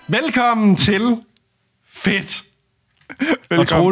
Velkommen til Fedt. Velkommen.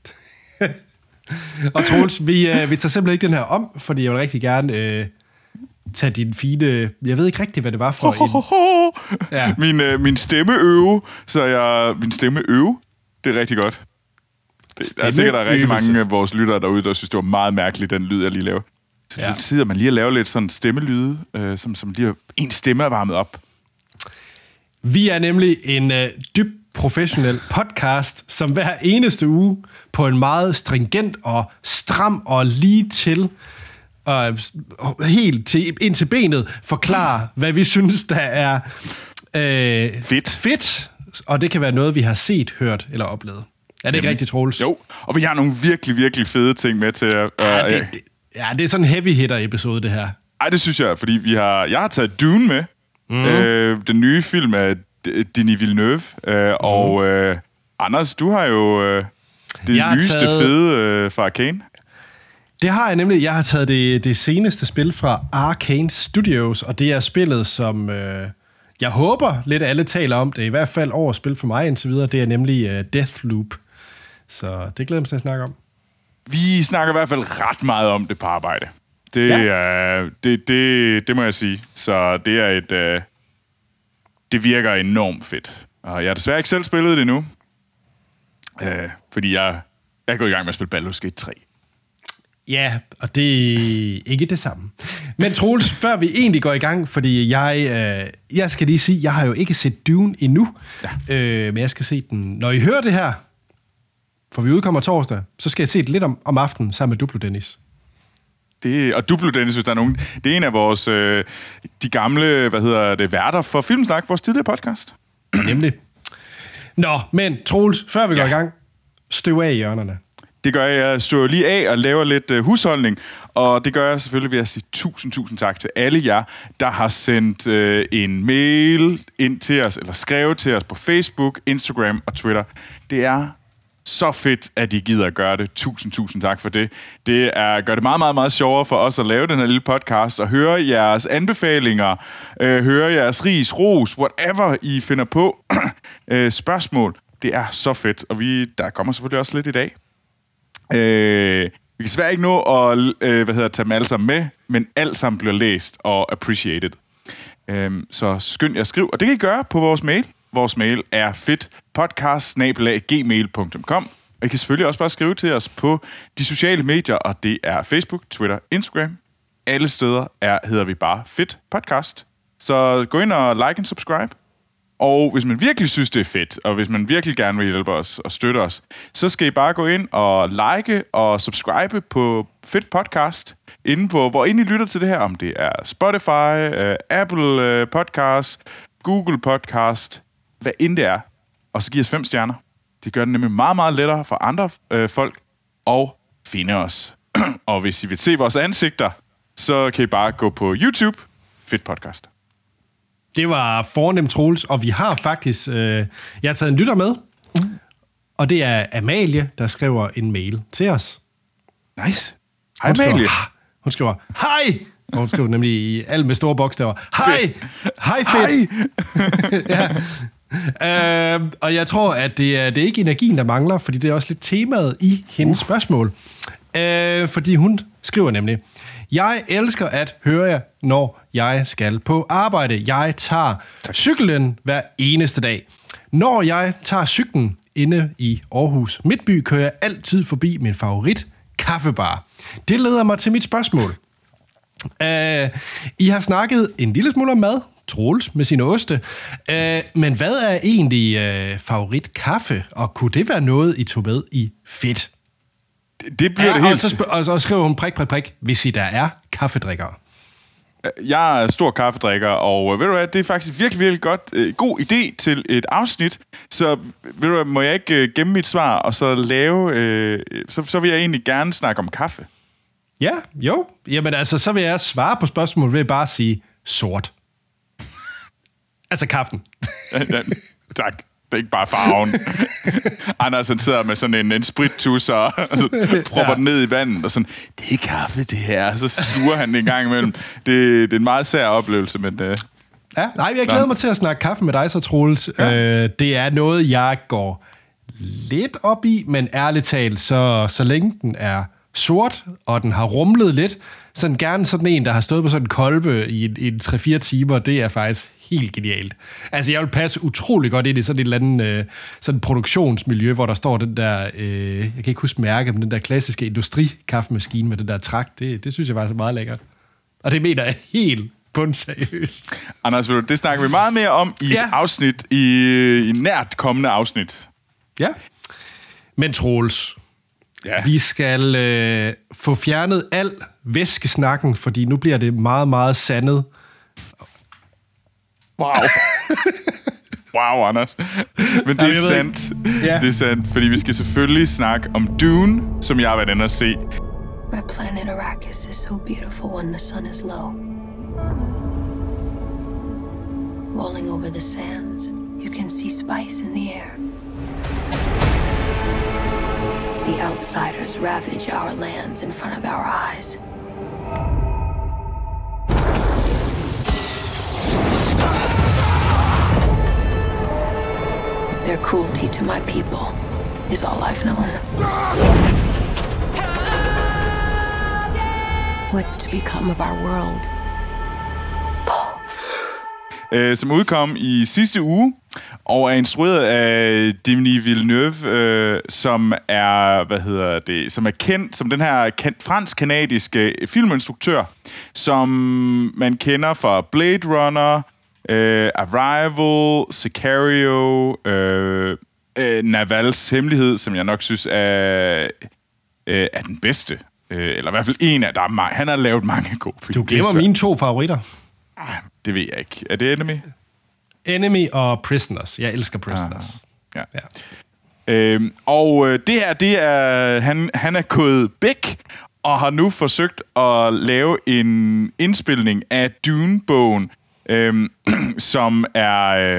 Og Troels, vi tager simpelthen ikke den her om, fordi jeg vil rigtig gerne tage din fine... Jeg ved ikke rigtig, hvad det var for en... Ja. Min stemmeøve, min stemmeøve, det er rigtig godt. Der er sikkert der er rigtig mange af vores lyttere derude, der synes, det var meget mærkeligt, den lyd, jeg lige laver. Så sidder man lige og laver lidt sådan stemmelyde, som lige en stemme er varmet op. Vi er nemlig en dybt professionel podcast, som hver eneste uge på en meget stringent og stram og lige til helt ind til benet forklarer, hvad vi synes, der er fedt. Og det kan være noget, vi har set, hørt eller oplevet. Er det ikke rigtigt, Troels? Jo, og vi har nogle virkelig, virkelig fede ting med til at... det er sådan en heavy hitter episode, det her. Ej, det synes jeg, fordi jeg har taget Dune med. Den nye film af Denis Villeneuve. Og Anders, du har jo det nyeste fede fra Arcane. Det har jeg nemlig. Jeg har taget det seneste spil fra Arcane Studios, og det er spillet, som jeg håber lidt alle taler om. Det er i hvert fald årets spil for mig indtil videre. Det er nemlig Deathloop. Så det glæder jeg mig til at snakke om. Vi snakker i hvert fald ret meget om det på arbejde. Det må jeg sige. Så det er det virker enormt fedt. Og jeg har desværre ikke selv spillet det endnu. Fordi jeg er gået i gang med at spille Baldur's Gate 3. Ja, og det er ikke det samme. Men Troels, før vi egentlig går i gang, fordi jeg skal lige sige, jeg har jo ikke set Dune endnu, men jeg skal se den. Når I hører det her, for vi udkommer torsdag, så skal jeg se det lidt om aftenen sammen med Duplo Dennis. Og Duplo Dennis, hvis der er nogen, det er en af vores, de gamle, værter for Filmsnak, vores tidligere podcast. Nemlig. Nå, men Troels, før vi går i gang, støv af i hjørnerne. Det gør jeg. Jeg støver lige af og laver lidt husholdning, og det gør jeg selvfølgelig ved at sige tusind tak til alle jer, der har sendt en mail ind til os, eller skrevet til os på Facebook, Instagram og Twitter. Det er så fedt, at I gider at gøre det. Tusind tak for det. Det gør det meget, meget, meget sjovere for os at lave den her lille podcast og høre jeres anbefalinger, høre jeres ros, whatever I finder på. Spørgsmål. Det er så fedt, og der kommer selvfølgelig også lidt i dag. Vi kan svært ikke nå at tage dem alle sammen med, men alt sammen bliver læst og appreciated. Så skynd jer at skrive, og det kan I gøre på vores mail. Vores mail er fedtpodcast@gmail.com. Og I kan selvfølgelig også bare skrive til os på de sociale medier, og det er Facebook, Twitter, Instagram. Alle steder hedder vi bare Fedt Podcast. Så gå ind og like og subscribe. Og hvis man virkelig synes, det er fedt, og hvis man virkelig gerne vil hjælpe os og støtte os, så skal I bare gå ind og like og subscribe på Fedt Podcast, hvor I lytter til det her, om det er Spotify, Apple Podcast, Google Podcast, hvad end det er. Og så giv os 5 stjerner. Det gør det nemlig meget, meget lettere for andre folk at finde os. Og hvis I vil se vores ansigter, så kan I bare gå på YouTube, Fedt Podcast. Det var fornemt, Troels, og vi har faktisk... jeg har taget en lytter med, og det er Amalie, der skriver en mail til os. Nice. Hej, Amalie. Hun skriver, hej! Og hun skriver nemlig i alt med store bogstaver. Hej! Hej, fedt! Ja. Og jeg tror, at det er ikke energien, der mangler, fordi det er også lidt temaet i hendes spørgsmål. Fordi hun skriver nemlig, jeg elsker at høre jer, når jeg skal på arbejde. Jeg tager cyklen hver eneste dag. Når jeg tager cyklen inde i Aarhus Midtby, kører jeg altid forbi min favorit kaffebar. Det leder mig til mit spørgsmål. I har snakket en lille smule om mad, Troels med sine oste. Men hvad er egentlig favorit kaffe, og kunne det være noget, I tog med i Fedt? Det bliver det helt... Og så skriver hun prik, hvis I der er kaffedrikkere. Jeg er stor kaffedrikker, og ved du hvad, det er faktisk virkelig, virkelig godt, god idé til et afsnit. Så ved du hvad, må jeg ikke gemme mit svar, og så lave... så vil jeg egentlig gerne snakke om kaffe. Ja, jo. Jamen altså, så vil jeg svare på spørgsmålet ved bare at sige sort. Altså kaffen. Tak. Det er ikke bare farven. Anders, han sidder med sådan en sprittus og propper den ned i vandet, og sådan, det er kaffe, det her. Så sluger han det en gang imellem. Det er en meget sær oplevelse, men... Ja, nej, jeg glæder mig til at snakke kaffe med dig så, Troels. Ja. Det er noget, jeg går lidt op i, men ærligt talt, så længe den er sort, og den har rumlet lidt, så gerne sådan en, der har stået på sådan en kolbe i 3-4 timer, det er faktisk helt genialt. Altså, jeg vil passe utrolig godt ind i sådan et eller andet sådan produktionsmiljø, hvor der står den der, jeg kan ikke huske mærke, men den der klassiske industrikaffemaskine med den der trak, det synes jeg var så meget lækkert. Og det mener jeg helt bundseriøst. Anders, det snakker vi meget mere om i et afsnit, i nært kommende afsnit. Ja. Men Troels, vi skal få fjernet al væskesnakken, fordi nu bliver det meget, meget sandet. Wow. Wow, Anders. Men det er sandt. Yeah. Det er sandt, fordi vi skal selvfølgelig snakke om Dune, som jeg har været inde at se. My planet Arrakis is so beautiful when the sun is low. Rolling over the sands, you can see spice in the air. The outsiders ravage our lands in front of our eyes. Their cruelty to my people is all I've known. What's to become of our world? Som udkom i sidste uge, og er instrueret af Denis Villeneuve, som er, som er kendt som den her fransk-kanadiske filminstruktør, som man kender fra Blade Runner, Arrival, Sicario, Navals Hemmelighed, som jeg nok synes er den bedste. Eller i hvert fald en af dem. Han har lavet mange gode film. Du glemmer mine 2 favoritter. Det ved jeg ikke. Er det Enemy? Enemy og Prisoners. Jeg elsker Prisoners. Ja. Og det her, det er... Han er gået væk og har nu forsøgt at lave en indspilning af Dune-bogen, som er...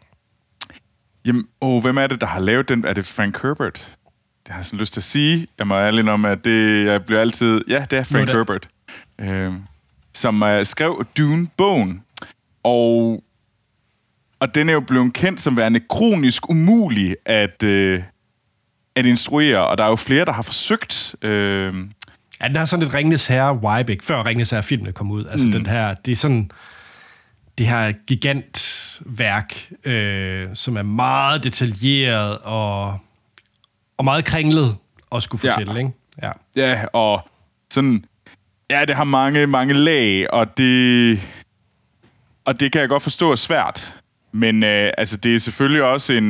hvem er det, der har lavet den? Er det Frank Herbert? Det har jeg sådan lyst til at sige. Jeg må ærlig om, at jeg bliver altid... Ja, det er Frank Herbert. Som skrev Dune-bogen. Og den er jo blevet kendt som værende kronisk umulig at instruere, og der er jo flere, der har forsøgt. Ja, den har sådan lidt Ringenes Herre-vibe, ikke? Før Ringenes Herre-filmene kom ud. Altså den her, det er sådan... Det her gigantværk, som er meget detaljeret og meget kringlet at skulle fortælle, ikke? Ja, og sådan... Ja, det har mange, mange lag, og det kan jeg godt forstå er svært. Men altså, det er selvfølgelig også det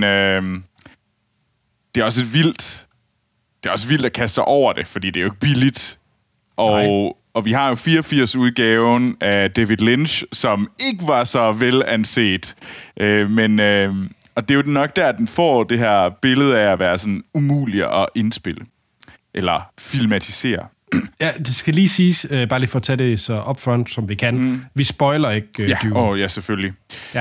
er også vildt at kaste sig over det, fordi det er jo ikke billigt. Og vi har jo 84-udgaven af David Lynch, som ikke var så velanset. Og det er jo nok der, den får det her billede af at være sådan umulig at indspille. Eller filmatisere. Ja, det skal lige siges, bare lige for at tage det så upfront, som vi kan. Vi spoiler ikke Dune. Ja, selvfølgelig. Ja.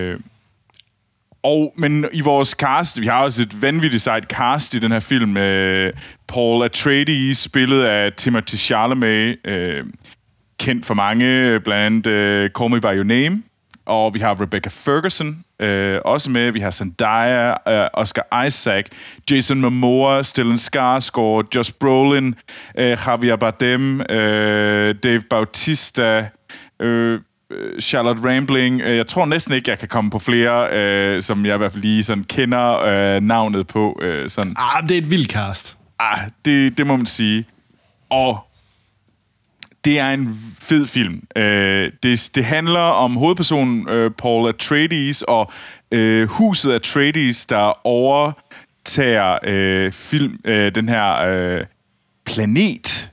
Men i vores cast, vi har også et vanvittigt sejt cast i den her film med Paul Atreides, spillet af Timothée Chalamet, kendt for mange, blandt andet Call Me By Your Name. Og vi har Rebecca Ferguson også med. Vi har Zendaya, Oscar Isaac, Jason Momoa, Stellan Skarsgård, Josh Brolin, Javier Bardem, Dave Bautista, Charlotte Rampling. Jeg tror næsten ikke, jeg kan komme på flere, som jeg i hvert fald lige sådan kender navnet på. Sådan. Det er et vildt cast. Det må man sige. Og det er en fed film. Det handler om hovedpersonen Paul Atreides og huset Atreides, der overtager den her planet,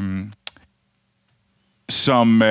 som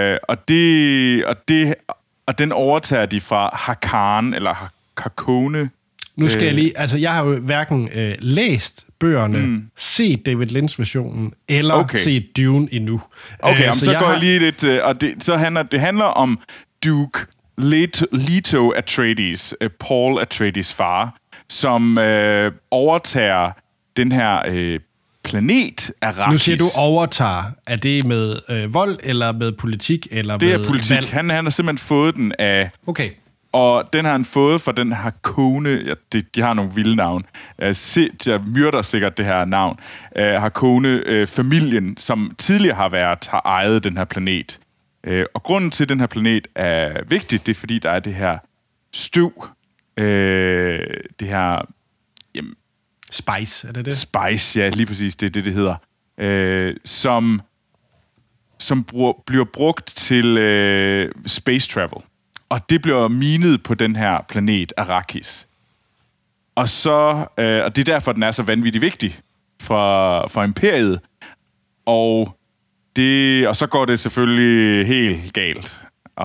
og den overtager de fra Harkonnen eller Harkonnen. Nu skal jeg lige, altså jeg har jo hverken læst bøgerne, set David Lynch-versionen, eller set Dune endnu. Okay, så går jeg lige lidt... Og det handler om Duke Leto Atreides, Paul Atreides far, som overtager den her planet Arrakis. Nu siger du overtager. Er det med vold, eller med politik, eller Det med er politik. valg? Han har simpelthen fået den af... Okay. Og den har han fået fra den Harkonnen... Ja, de har nogle vilde navn. Jeg myrder sikkert det her navn. Harkonnen-familien, som tidligere har ejet den her planet. Og grunden til, at den her planet er vigtig, det er, fordi der er det her støv. Det her... Jamen, Spice, er det det? Spice, ja, lige præcis, det er det hedder. Som bliver brugt til space travel. Og det bliver minet på den her planet Arrakis. Og og det er derfor, den er så vanvittigt vigtig for imperiet. Og så går det selvfølgelig helt galt.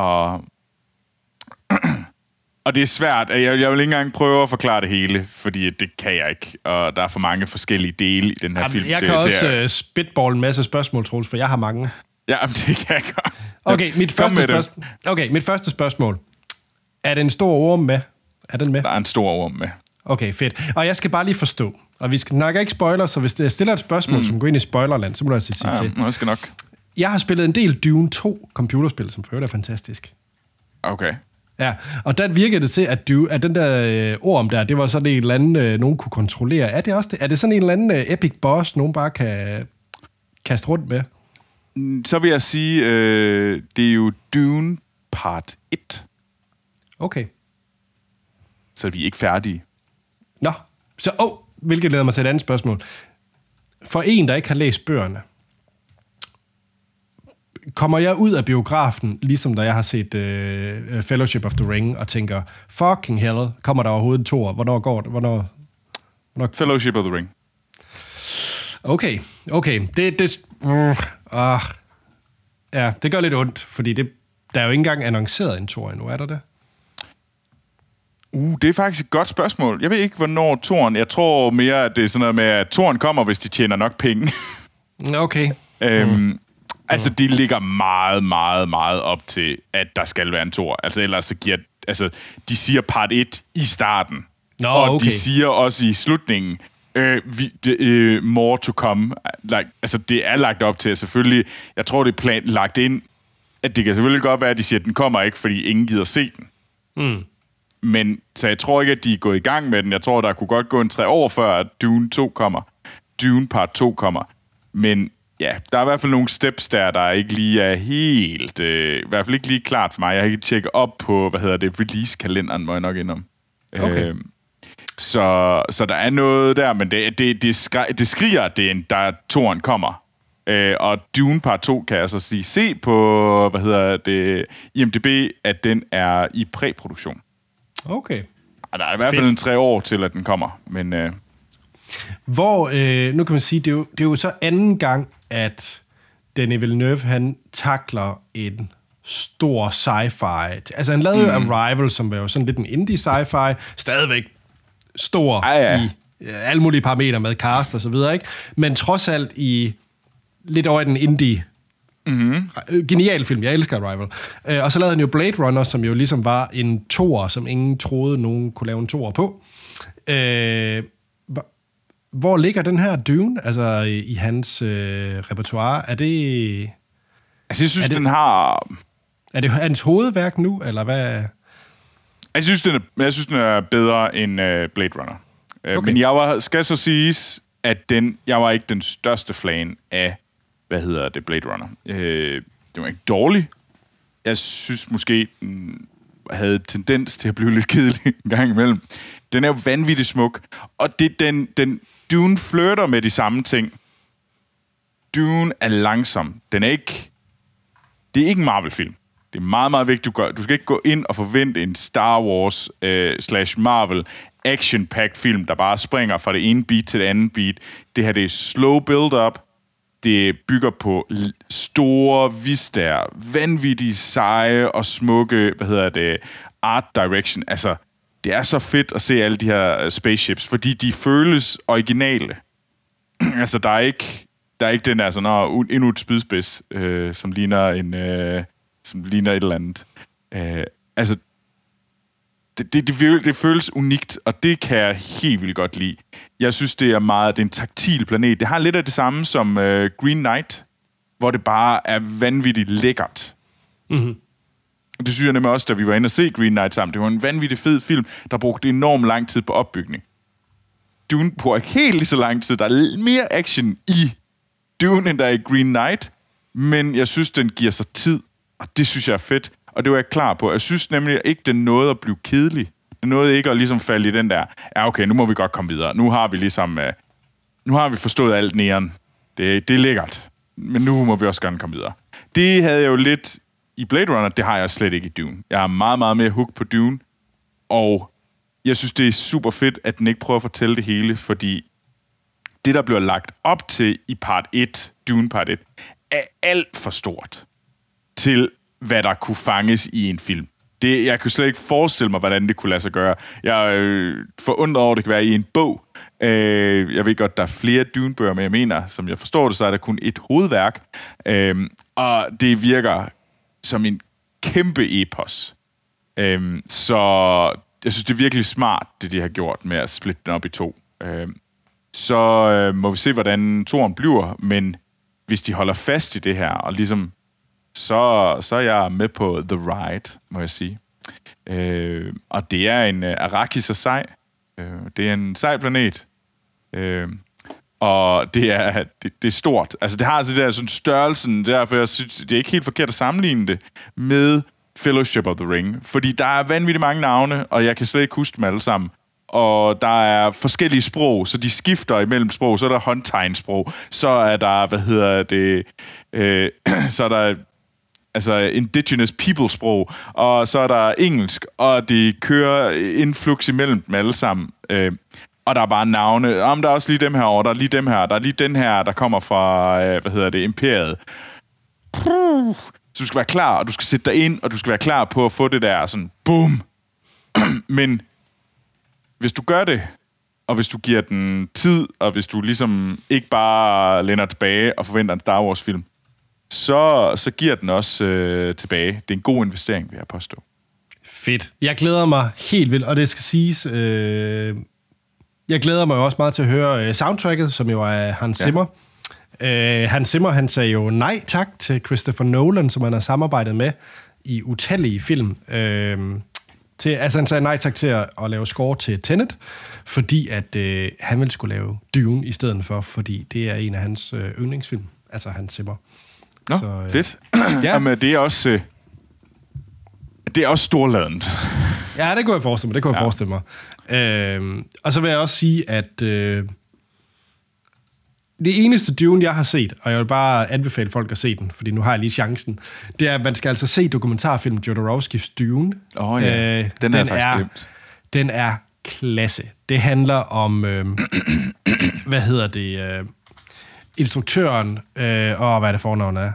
Og det er svært. Jeg vil ikke engang prøve at forklare det hele, fordi det kan jeg ikke. Og der er for mange forskellige dele i den her film. Jeg kan også spitball en masse spørgsmål, Troels, for jeg har mange. Ja, det kan jeg godt. Okay, mit første spørgsmål. Er det en stor orm med? Er den med? Der er en stor orm med. Okay, fedt. Og jeg skal bare lige forstå, og vi snakker ikke spoiler, så hvis jeg stiller et spørgsmål, som går ind i spoilerland, så må du altså sige til. Jeg skal nok. Jeg har spillet en del Dune 2 computerspil, som for øvrigt er fantastisk. Okay. Ja, og der virkede det til, at den der orm der, det var sådan en eller anden, nogen kunne kontrollere. Er det også det? Er det sådan en eller anden epic boss, nogen bare kan kaste rundt med? Så vil jeg sige, det er jo Dune part 1. Okay. Så vi er ikke færdige. Nå, så hvilket leder mig til et andet spørgsmål. For en, der ikke har læst bøgerne, kommer jeg ud af biografen, ligesom da jeg har set Fellowship of the Ring, og tænker, fucking hell, kommer der overhovedet en toer? Hvornår går det? Hvornår? Fellowship of the Ring. Okay. Ja, det gør lidt ondt, fordi der er jo ikke engang annonceret en toer endnu, er der det? Det er faktisk et godt spørgsmål. Jeg ved ikke, hvornår toren... Jeg tror mere, at det er sådan noget med, at toren kommer, hvis de tjener nok penge. Okay. Altså, de ligger meget, meget, meget op til, at der skal være en tor. Altså, ellers så giver... Altså, de siger part 1 i starten. Og de siger også i slutningen, more to come. Altså, det er lagt op til, selvfølgelig... Jeg tror, det er lagt ind, at det kan selvfølgelig godt være, at de siger, at den kommer ikke, fordi ingen gider se den. Men så jeg tror ikke, at de er gået i gang med den. Jeg tror, der kunne godt gå en 3 år før, at Dune 2 kommer. Dune part 2 kommer. Men ja, der er i hvert fald nogle steps der ikke lige er helt... I hvert fald ikke lige klart for mig. Jeg har ikke tjekket op på, release-kalenderen, må jeg nok indom. Okay. Så der er noget der, men det skriger, at der toren kommer. Og Dune part 2 kan jeg så sige, se på, IMDb, at den er i præproduktion. Okay. Og der er i hvert fald en 3 år til, at den kommer, men... nu kan man sige, det er jo så anden gang, at Denis Villeneuve, han takler en stor sci-fi. Altså, han lavede Arrival, som var jo sådan lidt en indie sci-fi, stadigvæk stor i alle mulige parametre med cast og så videre, ikke? Men trods alt i lidt over den indie. Genial film, jeg elsker Arrival. Og så lavede han jo Blade Runner, som jo ligesom var en toer, som ingen troede, nogen kunne lave en toer på. Hvor ligger den her Dune, altså i hans repertoire? Er det... Altså, jeg synes, den har... Er det hans hovedværk nu, eller hvad? Jeg synes, den er bedre end Blade Runner. Okay. Men skal så siges, at jeg var ikke den største fan af, Blade Runner. Det var ikke dårligt. Jeg synes måske, den havde tendens til at blive lidt kedelig en gang imellem. Den er jo vanvittigt smuk. Og Dune flirter med de samme ting. Dune er langsom. Det er ikke en Marvel-film. Det er meget, meget vigtigt. Du skal ikke gå ind og forvente en Star Wars / Marvel action-packed film, der bare springer fra det ene beat til det andet beat. Det her, det er slow build-up. Det bygger på store vistaer, vanvittige, seje og smukke, art direction. Altså, det er så fedt at se alle de her spaceships, fordi de føles originale. Altså, der er ikke den der sådan, endnu et spydspids, som ligner et eller andet. Altså, Det føles unikt, og det kan jeg helt vildt godt lide. Jeg synes, det er en taktil planet. Det har lidt af det samme som Green Knight, hvor det bare er vanvittigt lækkert. Mm-hmm. Det synes jeg nemlig også, da vi var inde og se Green Knight sammen. Det var en vanvittig fed film, der brugte enormt lang tid på opbygning. Dune bruger ikke helt lige så lang tid. Der er mere action i Dune, end der er i Green Knight. Men jeg synes, den giver sig tid, og det synes jeg er fedt. Og det var jeg klar på. Jeg synes nemlig ikke, den nåede at blive kedelig. Den nåede ikke at ligesom falde i den der, ja okay, nu må vi godt komme videre. Nu har vi ligesom, nu har vi forstået alt næren. Det er lækkert. Men nu må vi også gerne komme videre. Det havde jeg jo lidt i Blade Runner, det har jeg slet ikke i Dune. Jeg er meget, meget mere hooked på Dune, og jeg synes, det er super fedt, at den ikke prøver at fortælle det hele, fordi det, der bliver lagt op til i part 1, Dune part 1, er alt for stort til, hvad der kunne fanges i en film. Jeg kunne slet ikke forestille mig, hvordan det kunne lade sig gøre. Jeg er forundret over, at det kan være i en bog. Jeg ved godt, der er flere Dune-bøger, men jeg mener, som jeg forstår det, så er der kun et hovedværk. Og det virker som en kæmpe epos. Så jeg synes, det er virkelig smart, det de har gjort med at splitte den op i 2. Så må vi se, hvordan 2'eren bliver, men hvis de holder fast i det her, og ligesom så er jeg med på The Ride, må jeg sige. Og det er en Arrakis er sej. Det er en sej planet. Og det er stort. Altså, det har altså det der sådan størrelsen, derfor jeg synes, det er ikke helt forkert at sammenligne det med Fellowship of the Ring. Fordi der er vanvittigt mange navne, og jeg kan slet ikke huske dem alle sammen. Og der er forskellige sprog, så de skifter imellem sprog. Så er der håndtegnsprog. Så er der, så er der altså indigenous people-sprog, og så er der engelsk, og det kører influx imellem dem alle sammen. Og der er bare navne. Der er også lige dem her, og der er lige dem her, der er lige den her, der kommer fra, imperiet. Så du skal være klar, og du skal sætte dig ind, og du skal være klar på at få det der sådan, boom. Men hvis du gør det, og hvis du giver den tid, og hvis du ligesom ikke bare læner tilbage og forventer en Star Wars-film, så giver den også tilbage. Det er en god investering, vil jeg påstå. Fedt. Jeg glæder mig helt vildt, og det skal siges, jeg glæder mig også meget til at høre soundtracket, som jo er Hans Zimmer. Hans Zimmer, han sagde jo nej tak til Christopher Nolan, som han har samarbejdet med i utallige film. Han sagde nej tak til at lave score til Tenet, fordi at han ville skulle lave Dune i stedet for, fordi det er en af hans yndlingsfilm, altså Hans Zimmer. Nå, fedt. Ja. Jamen, det er også storladent. Ja, det kunne jeg forestille mig. Og så vil jeg også sige, at det eneste Dune, jeg har set, og jeg vil bare anbefale folk at se den, fordi nu har jeg lige chancen, det er, at man skal altså se dokumentarfilmen Jodorowskys Dune. Ja. Den er faktisk glemt. Den er klasse. Det handler om, instruktøren, hvad er det fornavn er?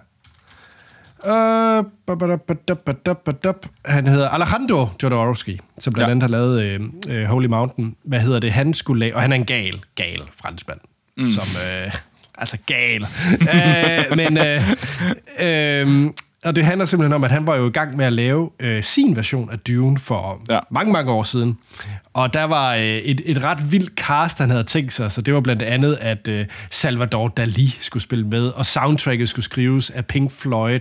Han hedder Alejandro Jodorowsky, som blandt andet har lavet Holy Mountain. Han skulle lave, og han er en gal franskmand, som altså gal. Og det handler simpelthen om, at han var jo i gang med at lave sin version af Dune for mange år siden. Og der var et ret vildt cast, han havde tænkt sig. Så det var blandt andet, at Salvador Dalí skulle spille med, og soundtracket skulle skrives af Pink Floyd,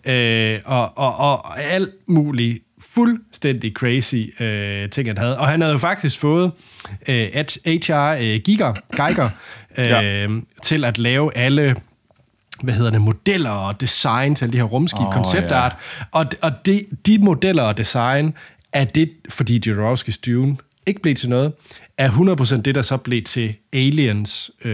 og alt muligt fuldstændig crazy ting, han havde. Og han havde jo faktisk fået H.R. Giger til at lave alle modeller og design til alle de her rumskib, konceptart. Og de modeller og design er det, fordi Jodorowskys Dune ikke blev til noget, er 100% det, der så blev til Alien,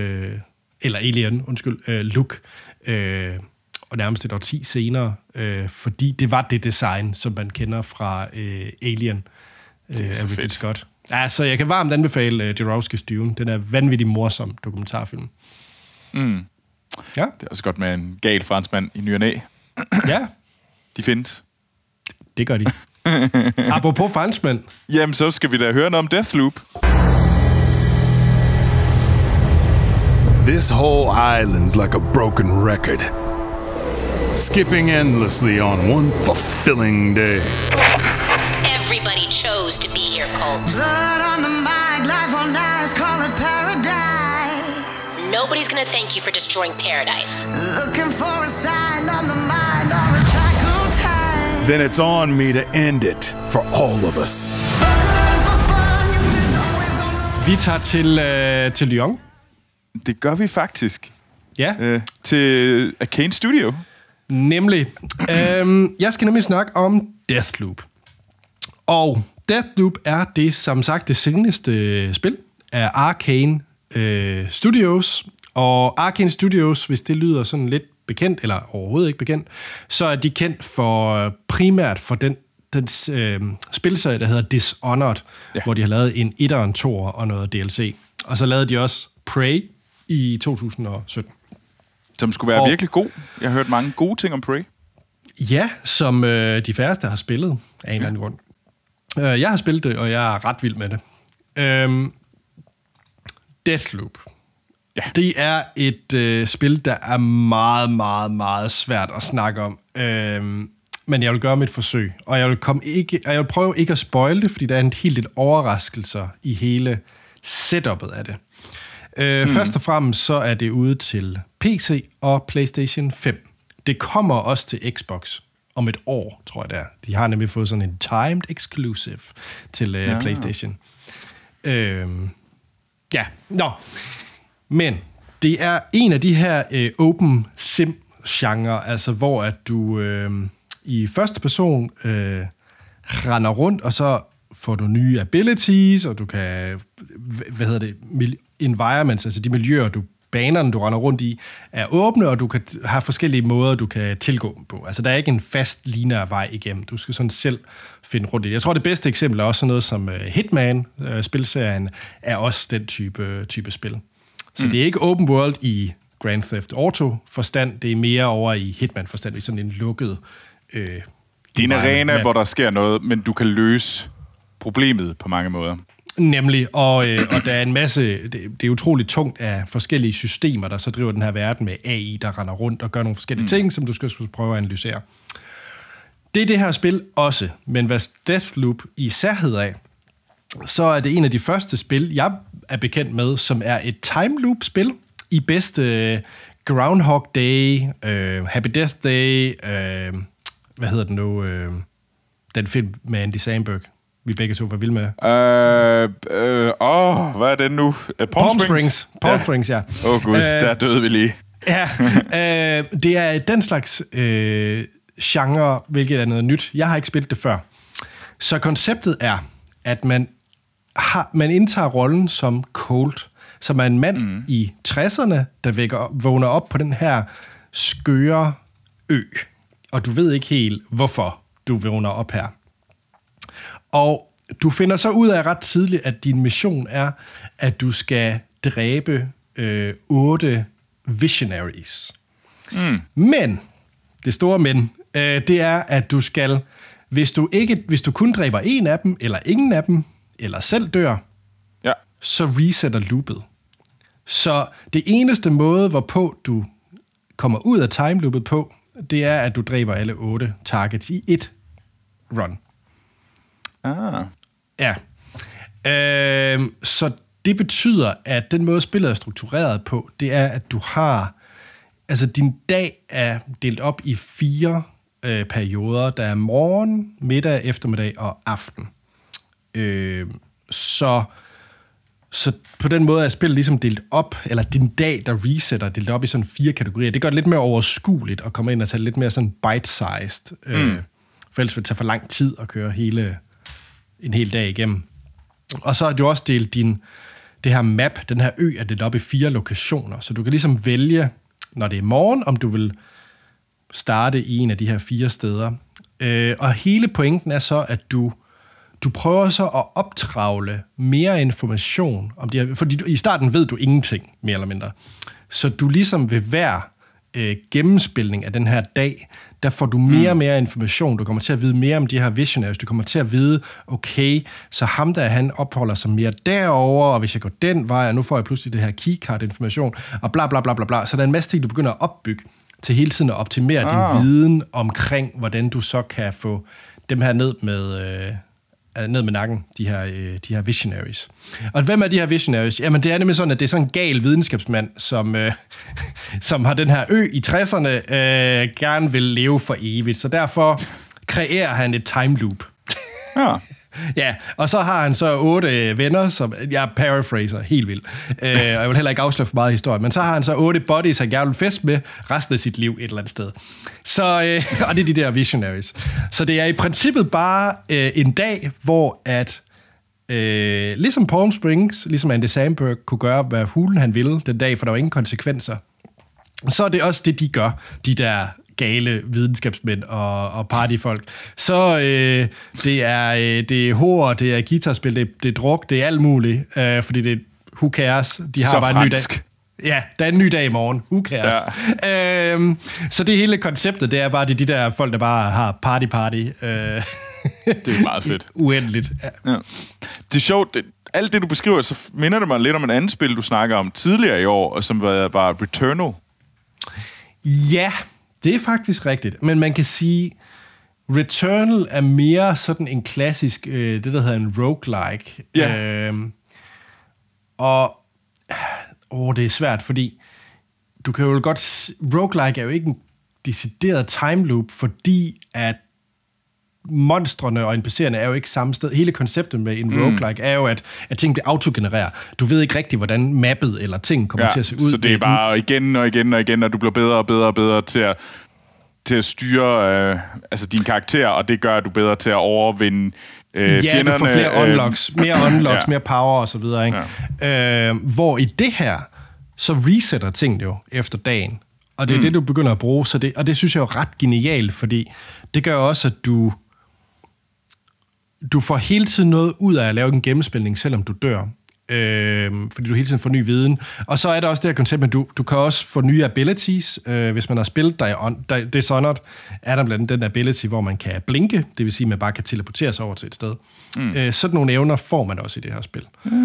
Look, og nærmest et årti senere, fordi det var det design, som man kender fra Alien. Det er så fedt. Scott. Ja, så jeg kan varmt anbefale Jodorowskys Dune. Den er vanvittig morsom dokumentarfilm. Ja. Det er også godt med en gal franskmand i ny og næ. Ja. De findes. Det gør de. Apropos franskmænd. Jamen, så skal vi da høre noget om Deathloop. This whole island's like a broken record, skipping endlessly on one fulfilling day. Everybody everybody chose to be here, Colt. Blood on the mind, life on ice, call it paradise. Nobody's gonna thank you for destroying paradise. Looking for a sign on the mind, or a cycle time. Then it's on me to end it for all of us. Vi tager til Lyon. Det gør vi faktisk. Ja. Til Arcane Studio. Nemlig. Jeg skal nemlig snakke om Deathloop. Og Deathloop er det, som sagt, det seneste spil af Arcane Studios. Og Arcane Studios, hvis det lyder sådan lidt bekendt, eller overhovedet ikke bekendt, så er de kendt for primært for den spilserie, der hedder Dishonored, hvor de har lavet en 1'er, en 2'er og noget DLC. Og så lavede de også Prey i 2017. Som skulle være virkelig god. Jeg har hørt mange gode ting om Prey. Ja, som de færreste har spillet af en eller anden grund. Jeg har spillet det, og jeg er ret vild med det. Deathloop. Ja. Det er et spil, der er meget, meget, meget svært at snakke om. Men jeg vil gøre mit forsøg. Og jeg vil prøve ikke at spoile det, fordi der er en helt lidt overraskelser i hele setupet af det. Først og fremmest så er det ude til PC og PlayStation 5. Det kommer også til Xbox om et år, tror jeg det er. De har nemlig fået sådan en timed exclusive til PlayStation. Men det er en af de her open sim-genre, altså hvor at du i første person render rundt, og så får du nye abilities, og du kan, environments, altså de miljøer, banerne, du render rundt i, er åbne, og du kan have forskellige måder, du kan tilgå dem på. Altså, der er ikke en fast lineær vej igennem. Du skal sådan selv finde rundt i det. Jeg tror, det bedste eksempel er også sådan noget som Hitman, spilserien, er også den type spil. Så det er ikke open world i Grand Theft Auto-forstand, det er mere over i Hitman-forstand, i sådan en lukket... det er en arena, hvor der sker noget, men du kan løse problemet på mange måder. Nemlig, og der er en masse, det er utroligt tungt af forskellige systemer, der så driver den her verden med AI, der render rundt og gør nogle forskellige ting, som du skal prøve at analysere. Det er det her spil også, men hvad Deathloop især hedder af, så er det en af de første spil, jeg er bekendt med, som er et time loop-spil i bedste Groundhog Day, Happy Death Day, hvad hedder den nu, den film med Andy Samberg, vi begge to var vilde med. Hvad er det nu? Palm Springs. Palm Springs, ja. Gud, der døde vi lige. Ja, det er den slags genre, hvilket er noget nyt. Jeg har ikke spillet det før. Så konceptet er, at man indtager rollen som Colt, som er en mand i 60'erne, der vågner op på den her skøre ø. Og du ved ikke helt, hvorfor du vågner op her. Og du finder så ud af ret tidligt, at din mission er, at du skal dræbe 8 visionaries. Men, det store men, det er, at du skal, hvis du kun dræber en af dem, eller ingen af dem, eller selv dør, så resetter loopet. Så det eneste måde, hvorpå du kommer ud af timeloopet på, det er, at du dræber alle 8 targets i et run. Ja. Så det betyder, at den måde, spillet er struktureret på, det er, at du har... Altså, din dag er delt op i 4 perioder. Der er morgen, middag, eftermiddag og aften. Så på den måde er spillet ligesom delt op, eller din dag, der resetter, delt op i sådan 4 kategorier. Det gør det lidt mere overskueligt at komme ind og tage lidt mere sådan bite-sized. For ellers vil det tage for lang tid at køre en hel dag igennem. Og så er du også delt det her map, den her ø, er delt op i 4 lokationer. Så du kan ligesom vælge, når det er morgen, om du vil starte i en af de her 4 steder. Og hele pointen er så, at du prøver så at optravle mere information om det her, fordi i starten ved du ingenting, mere eller mindre. Så du ligesom ved hver gennemspilning af den her dag, der får du mere og mere information. Du kommer til at vide mere om de her visionaries. Du kommer til at vide, okay, så ham der, han opholder sig mere derovre, og hvis jeg går den vej, og nu får jeg pludselig det her keycard-information, og bla bla bla bla bla. Så der er en masse ting, du begynder at opbygge til hele tiden at optimere din viden omkring, hvordan du så kan få dem her ned med ned med nakken, de her visionaries. Og hvem er de her visionaries? Jamen, det er nemlig sådan, at det er sådan en gal videnskabsmand, som har den her ø i 60'erne, gerne vil leve for evigt. Så derfor kreerer han et time loop. Ja. Ja, og så har han så 8 venner, som jeg paraphraser helt vildt. Og jeg vil heller ikke afsløre for meget historie, men så har han så 8 buddies, han gerne vil feste med resten af sit liv et eller andet sted. Så, og det er de der visionaries. Så det er i princippet bare en dag, hvor at ligesom Palm Springs, ligesom Andy Samberg kunne gøre, hvad hulen han ville den dag, for der var ingen konsekvenser. Så er det også det, de gør, de der gale videnskabsmænd og partyfolk. Så det er hår, det er guitarspil, det er druk, det er alt muligt, fordi det who cares? De har så bare fransk. en ny dag. Ja, der er en ny dag i morgen. Who cares? Ja. Så det hele konceptet, det er bare de der folk, der bare har party. Det er meget fedt. Uendeligt. Ja. Det er sjovt. Alt det, du beskriver, så minder det mig lidt om en anden spil, du snakker om tidligere i år, og som var Returnal. Ja, det er faktisk rigtigt. Men man kan sige, Returnal er mere sådan en klassisk, det der hedder en roguelike. Ja. Det er svært, fordi du kan jo godt... Roguelike er jo ikke en decideret time loop, fordi at monstrene og NPC'erne er jo ikke samme sted. Hele konceptet med en roguelike er jo, at ting bliver autogenererer. Du ved ikke rigtigt, hvordan mappet eller ting kommer til at se ud. Så det er bare igen og igen og igen, og du bliver bedre og bedre og bedre til at styre din karakter, og det gør, at du er bedre til at overvinde fjenderne. Du får flere unlocks, mere power og så videre. Ikke? Ja. Hvor i det her, så resetter tingene jo efter dagen. Og det er det, du begynder at bruge. Og det synes jeg er ret genialt, fordi det gør også, at du får hele tiden noget ud af at lave en gennemspilning, selvom du dør. Fordi du hele tiden får ny viden. Og så er der også det her koncept, at du kan også få nye abilities. Hvis man har spillet Dishonored, er der blandt andet den ability, hvor man kan blinke, det vil sige, at man bare kan teleportere sig over til et sted. Sådan nogle evner får man også i det her spil.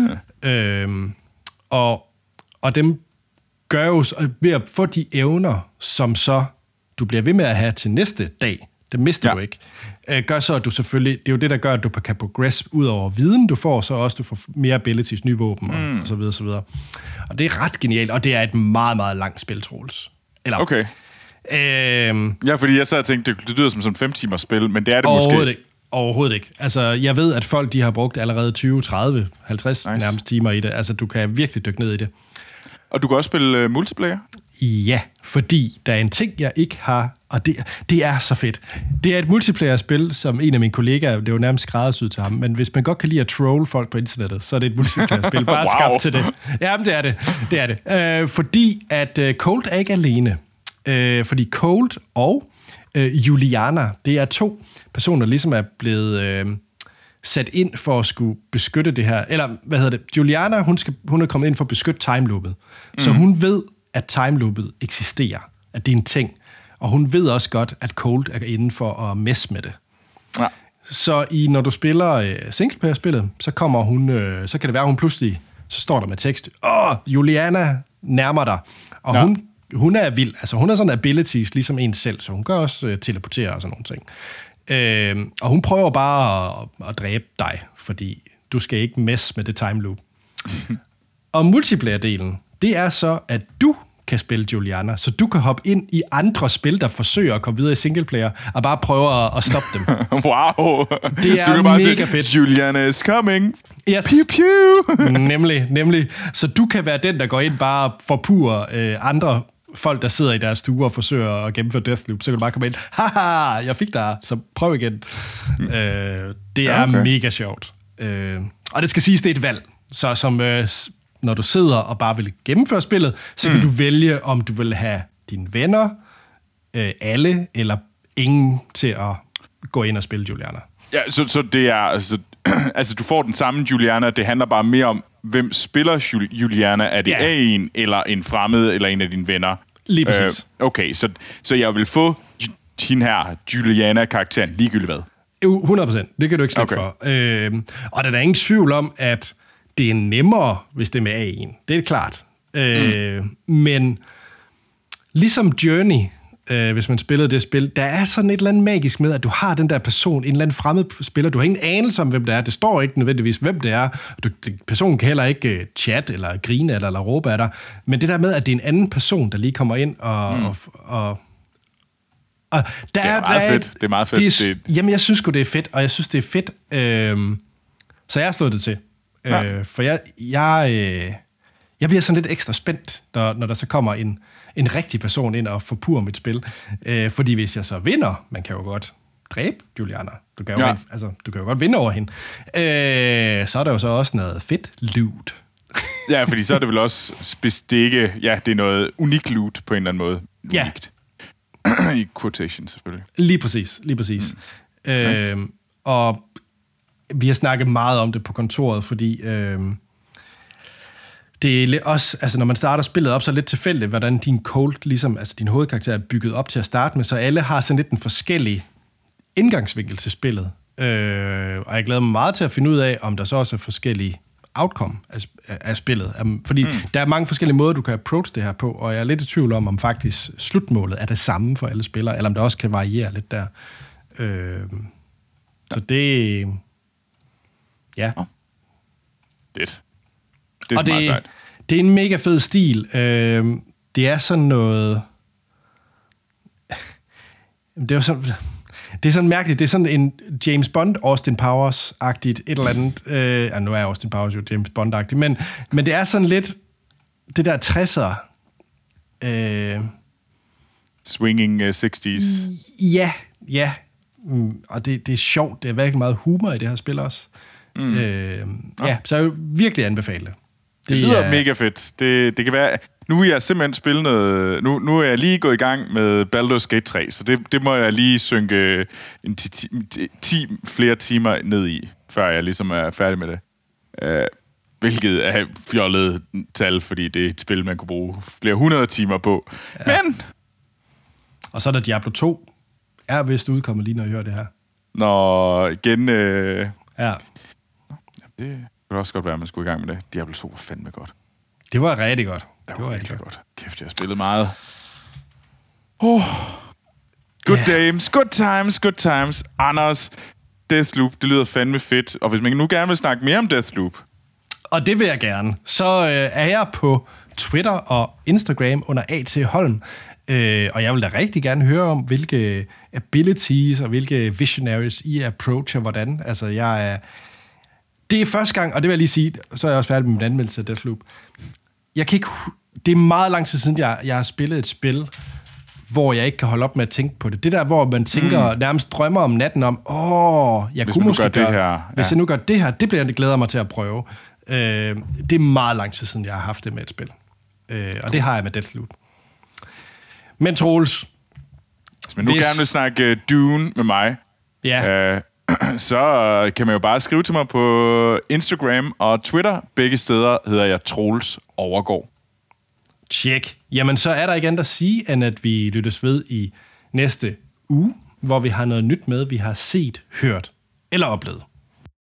Og dem gør jo, ved at få de evner, som så du bliver ved med at have til næste dag, det mister du ikke. Gør så, at du selvfølgelig... Det er jo det, der gør, at du kan progress ud over viden, du får, så også du får mere abilities, nye våben og så videre, så videre. Og det er ret genialt, og det er et meget, meget langt spil, Troels. Okay. Ja, fordi jeg sad og tænkte, det lyder som sådan 5 timers spil, men det er det måske. Overhovedet ikke. Altså, jeg ved, at folk de har brugt allerede 20, 30, 50 nærmest timer i det. Altså, du kan virkelig dykke ned i det. Og du kan også spille multiplayer? Ja, fordi der er en ting, jeg ikke har, og det er så fedt. Det er et multiplayer-spil, som en af mine kollegaer, det er jo nærmest skræddersyet til ham, men hvis man godt kan lide at trolle folk på internettet, så er det et multiplayer-spil, bare skabt til det. Jamen, det er det. Det er det. Fordi at Colt er ikke alene. Fordi Colt og Juliana, det er 2 personer, der ligesom er blevet sat ind for at skulle beskytte det her. Eller, hvad hedder det? Juliana, hun er kommet ind for at beskytte timeloopet. Så hun ved, at timeloopet eksisterer. At det er en ting. Og hun ved også godt, at Colt er inde for at messe med det. Ja. Så når du spiller singleplayer-spillet, så kommer hun, så kan det være, hun pludselig, så står der med tekst, Juliana nærmer dig. Og hun er vild. Altså, hun har sådan abilities, ligesom en selv, så hun kan også teleportere og sådan nogle ting. Og hun prøver bare at dræbe dig, fordi du skal ikke messe med det time loop. Og multiplayer-delen, det er så, at du kan spille Juliana, så du kan hoppe ind i andre spil, der forsøger at komme videre i singleplayer, og bare prøve at stoppe dem. Wow! Det er du bare mega fedt. Juliana is coming! Yes. Pew, pew! Nemlig. Så du kan være den, der går ind bare for pur andre folk, der sidder i deres stuer og forsøger at gennemføre Deathloop, så kan du bare komme ind, haha, jeg fik dig, så prøv igen. Det er mega sjovt. Og det skal siges, det er et valg. Så som når du sidder og bare vil gennemføre spillet, så kan du vælge, om du vil have dine venner, alle eller ingen til at gå ind og spille Juliana. Ja, så det er... Altså, du får den samme Juliana, det handler bare mere om, hvem spiller Juliana? Er det en eller en fremmed, eller en af dine venner? Lige præcis. Okay, så jeg vil få hende her, Juliana-karakteren, ligegyldigt hvad? 100%, det kan du ikke slippe for. Og der er ingen tvivl om, at det er nemmere, hvis det er med A1. Det er klart. Men ligesom Journey, hvis man spillede det spil. Der er sådan et eller andet magisk med, at du har den der person, en eller anden fremmed spiller. Du har ingen anelse om, hvem det er. Det står ikke nødvendigvis, hvem det er. Personen kan heller ikke chat eller grine eller råbe af dig. Men det der med, at det er en anden person, der lige kommer ind og det er meget fedt. Det er meget fedt. Jamen, jeg synes sgu, det er fedt, og jeg synes, det er fedt. Så jeg har slået det til. For jeg bliver sådan lidt ekstra spændt, når der så kommer en rigtig person ind og forpurrer mit spil. Fordi hvis jeg så vinder, man kan jo godt dræbe Juliana. Du kan jo godt vinde over hende. Så er der jo så også noget fedt loot. Ja, fordi så er det vel også bestikke. Ja, det er noget unik loot på en eller anden måde. Ja. Unikt. I quotation, selvfølgelig. Lige præcis. Nice. Og vi har snakket meget om det på kontoret, fordi det er også, altså når man starter spillet op, så er det lidt tilfældigt, hvordan din Colt, ligesom, altså din hovedkarakter er bygget op til at starte med, så alle har sådan lidt en forskellig indgangsvinkel til spillet. Og jeg glæder mig meget til at finde ud af, om der så også er forskellige outcome af spillet. Fordi der er mange forskellige måder, du kan approach det her på, og jeg er lidt i tvivl om faktisk slutmålet er det samme for alle spillere, eller om det også kan variere lidt der. Så det... Ja. Det er meget sejt. Det er en mega fed stil. Det er sådan noget... Det er jo sådan... Det er sådan mærkeligt. Det er sådan en James Bond, Austin Powers-agtigt et eller andet. Nu er Austin Powers jo James Bond-agtigt, men det er sådan lidt det der 60'er... Swinging 60's. Ja. Og det er sjovt. Det er virkelig meget humor i det her spil også. Så jeg vil virkelig anbefale det. Det lyder mega fedt. Det kan være... Nu er jeg simpelthen spillet noget... Nu er jeg lige gået i gang med Baldur's Gate 3, så det må jeg lige synke 10 flere timer ned i, før jeg ligesom er færdig med det. Hvilket er fjollet tal, fordi det er et spil, man kunne bruge flere 100 timer på. Ja. Men... Og så er der Diablo 2. Er vist udkommet lige, når I hører det her. Nå, igen... Ja. Det kunne også godt være, at man skulle i gang med det. Diablo 2 var fandme godt. Det var rigtig godt. Det var rigtig godt. Kæft, jeg har spillet meget. Good times. Anders, Deathloop, det lyder fandme fedt. Og hvis man nu gerne vil snakke mere om Deathloop... Og det vil jeg gerne. Så er jeg på Twitter og Instagram under A.T. Holm. Og jeg vil da rigtig gerne høre om, hvilke abilities og hvilke visionaries I approacher, hvordan. Altså, det er første gang, og det vil jeg lige sige, så er jeg også færdig med min anmeldelse af Deathloop. Det er meget lang tid siden, jeg har spillet et spil, hvor jeg ikke kan holde op med at tænke på det. Det der, hvor man tænker, nærmest drømmer om natten om, jeg kunne måske gøre det her. Hvis jeg nu gør det her, det bliver jeg glæder mig til at prøve. Det er meget lang tid siden, jeg har haft det med et spil. Og det har jeg med Deathloop. Men Troels... Hvis man gerne vil snakke Dune med mig, så kan man jo bare skrive til mig på Instagram og Twitter. Begge steder hedder jeg Troels Overgaard. Tjek. Jamen, så er der ikke andet at sige, end at vi lyttes ved i næste uge, hvor vi har noget nyt med, vi har set, hørt eller oplevet.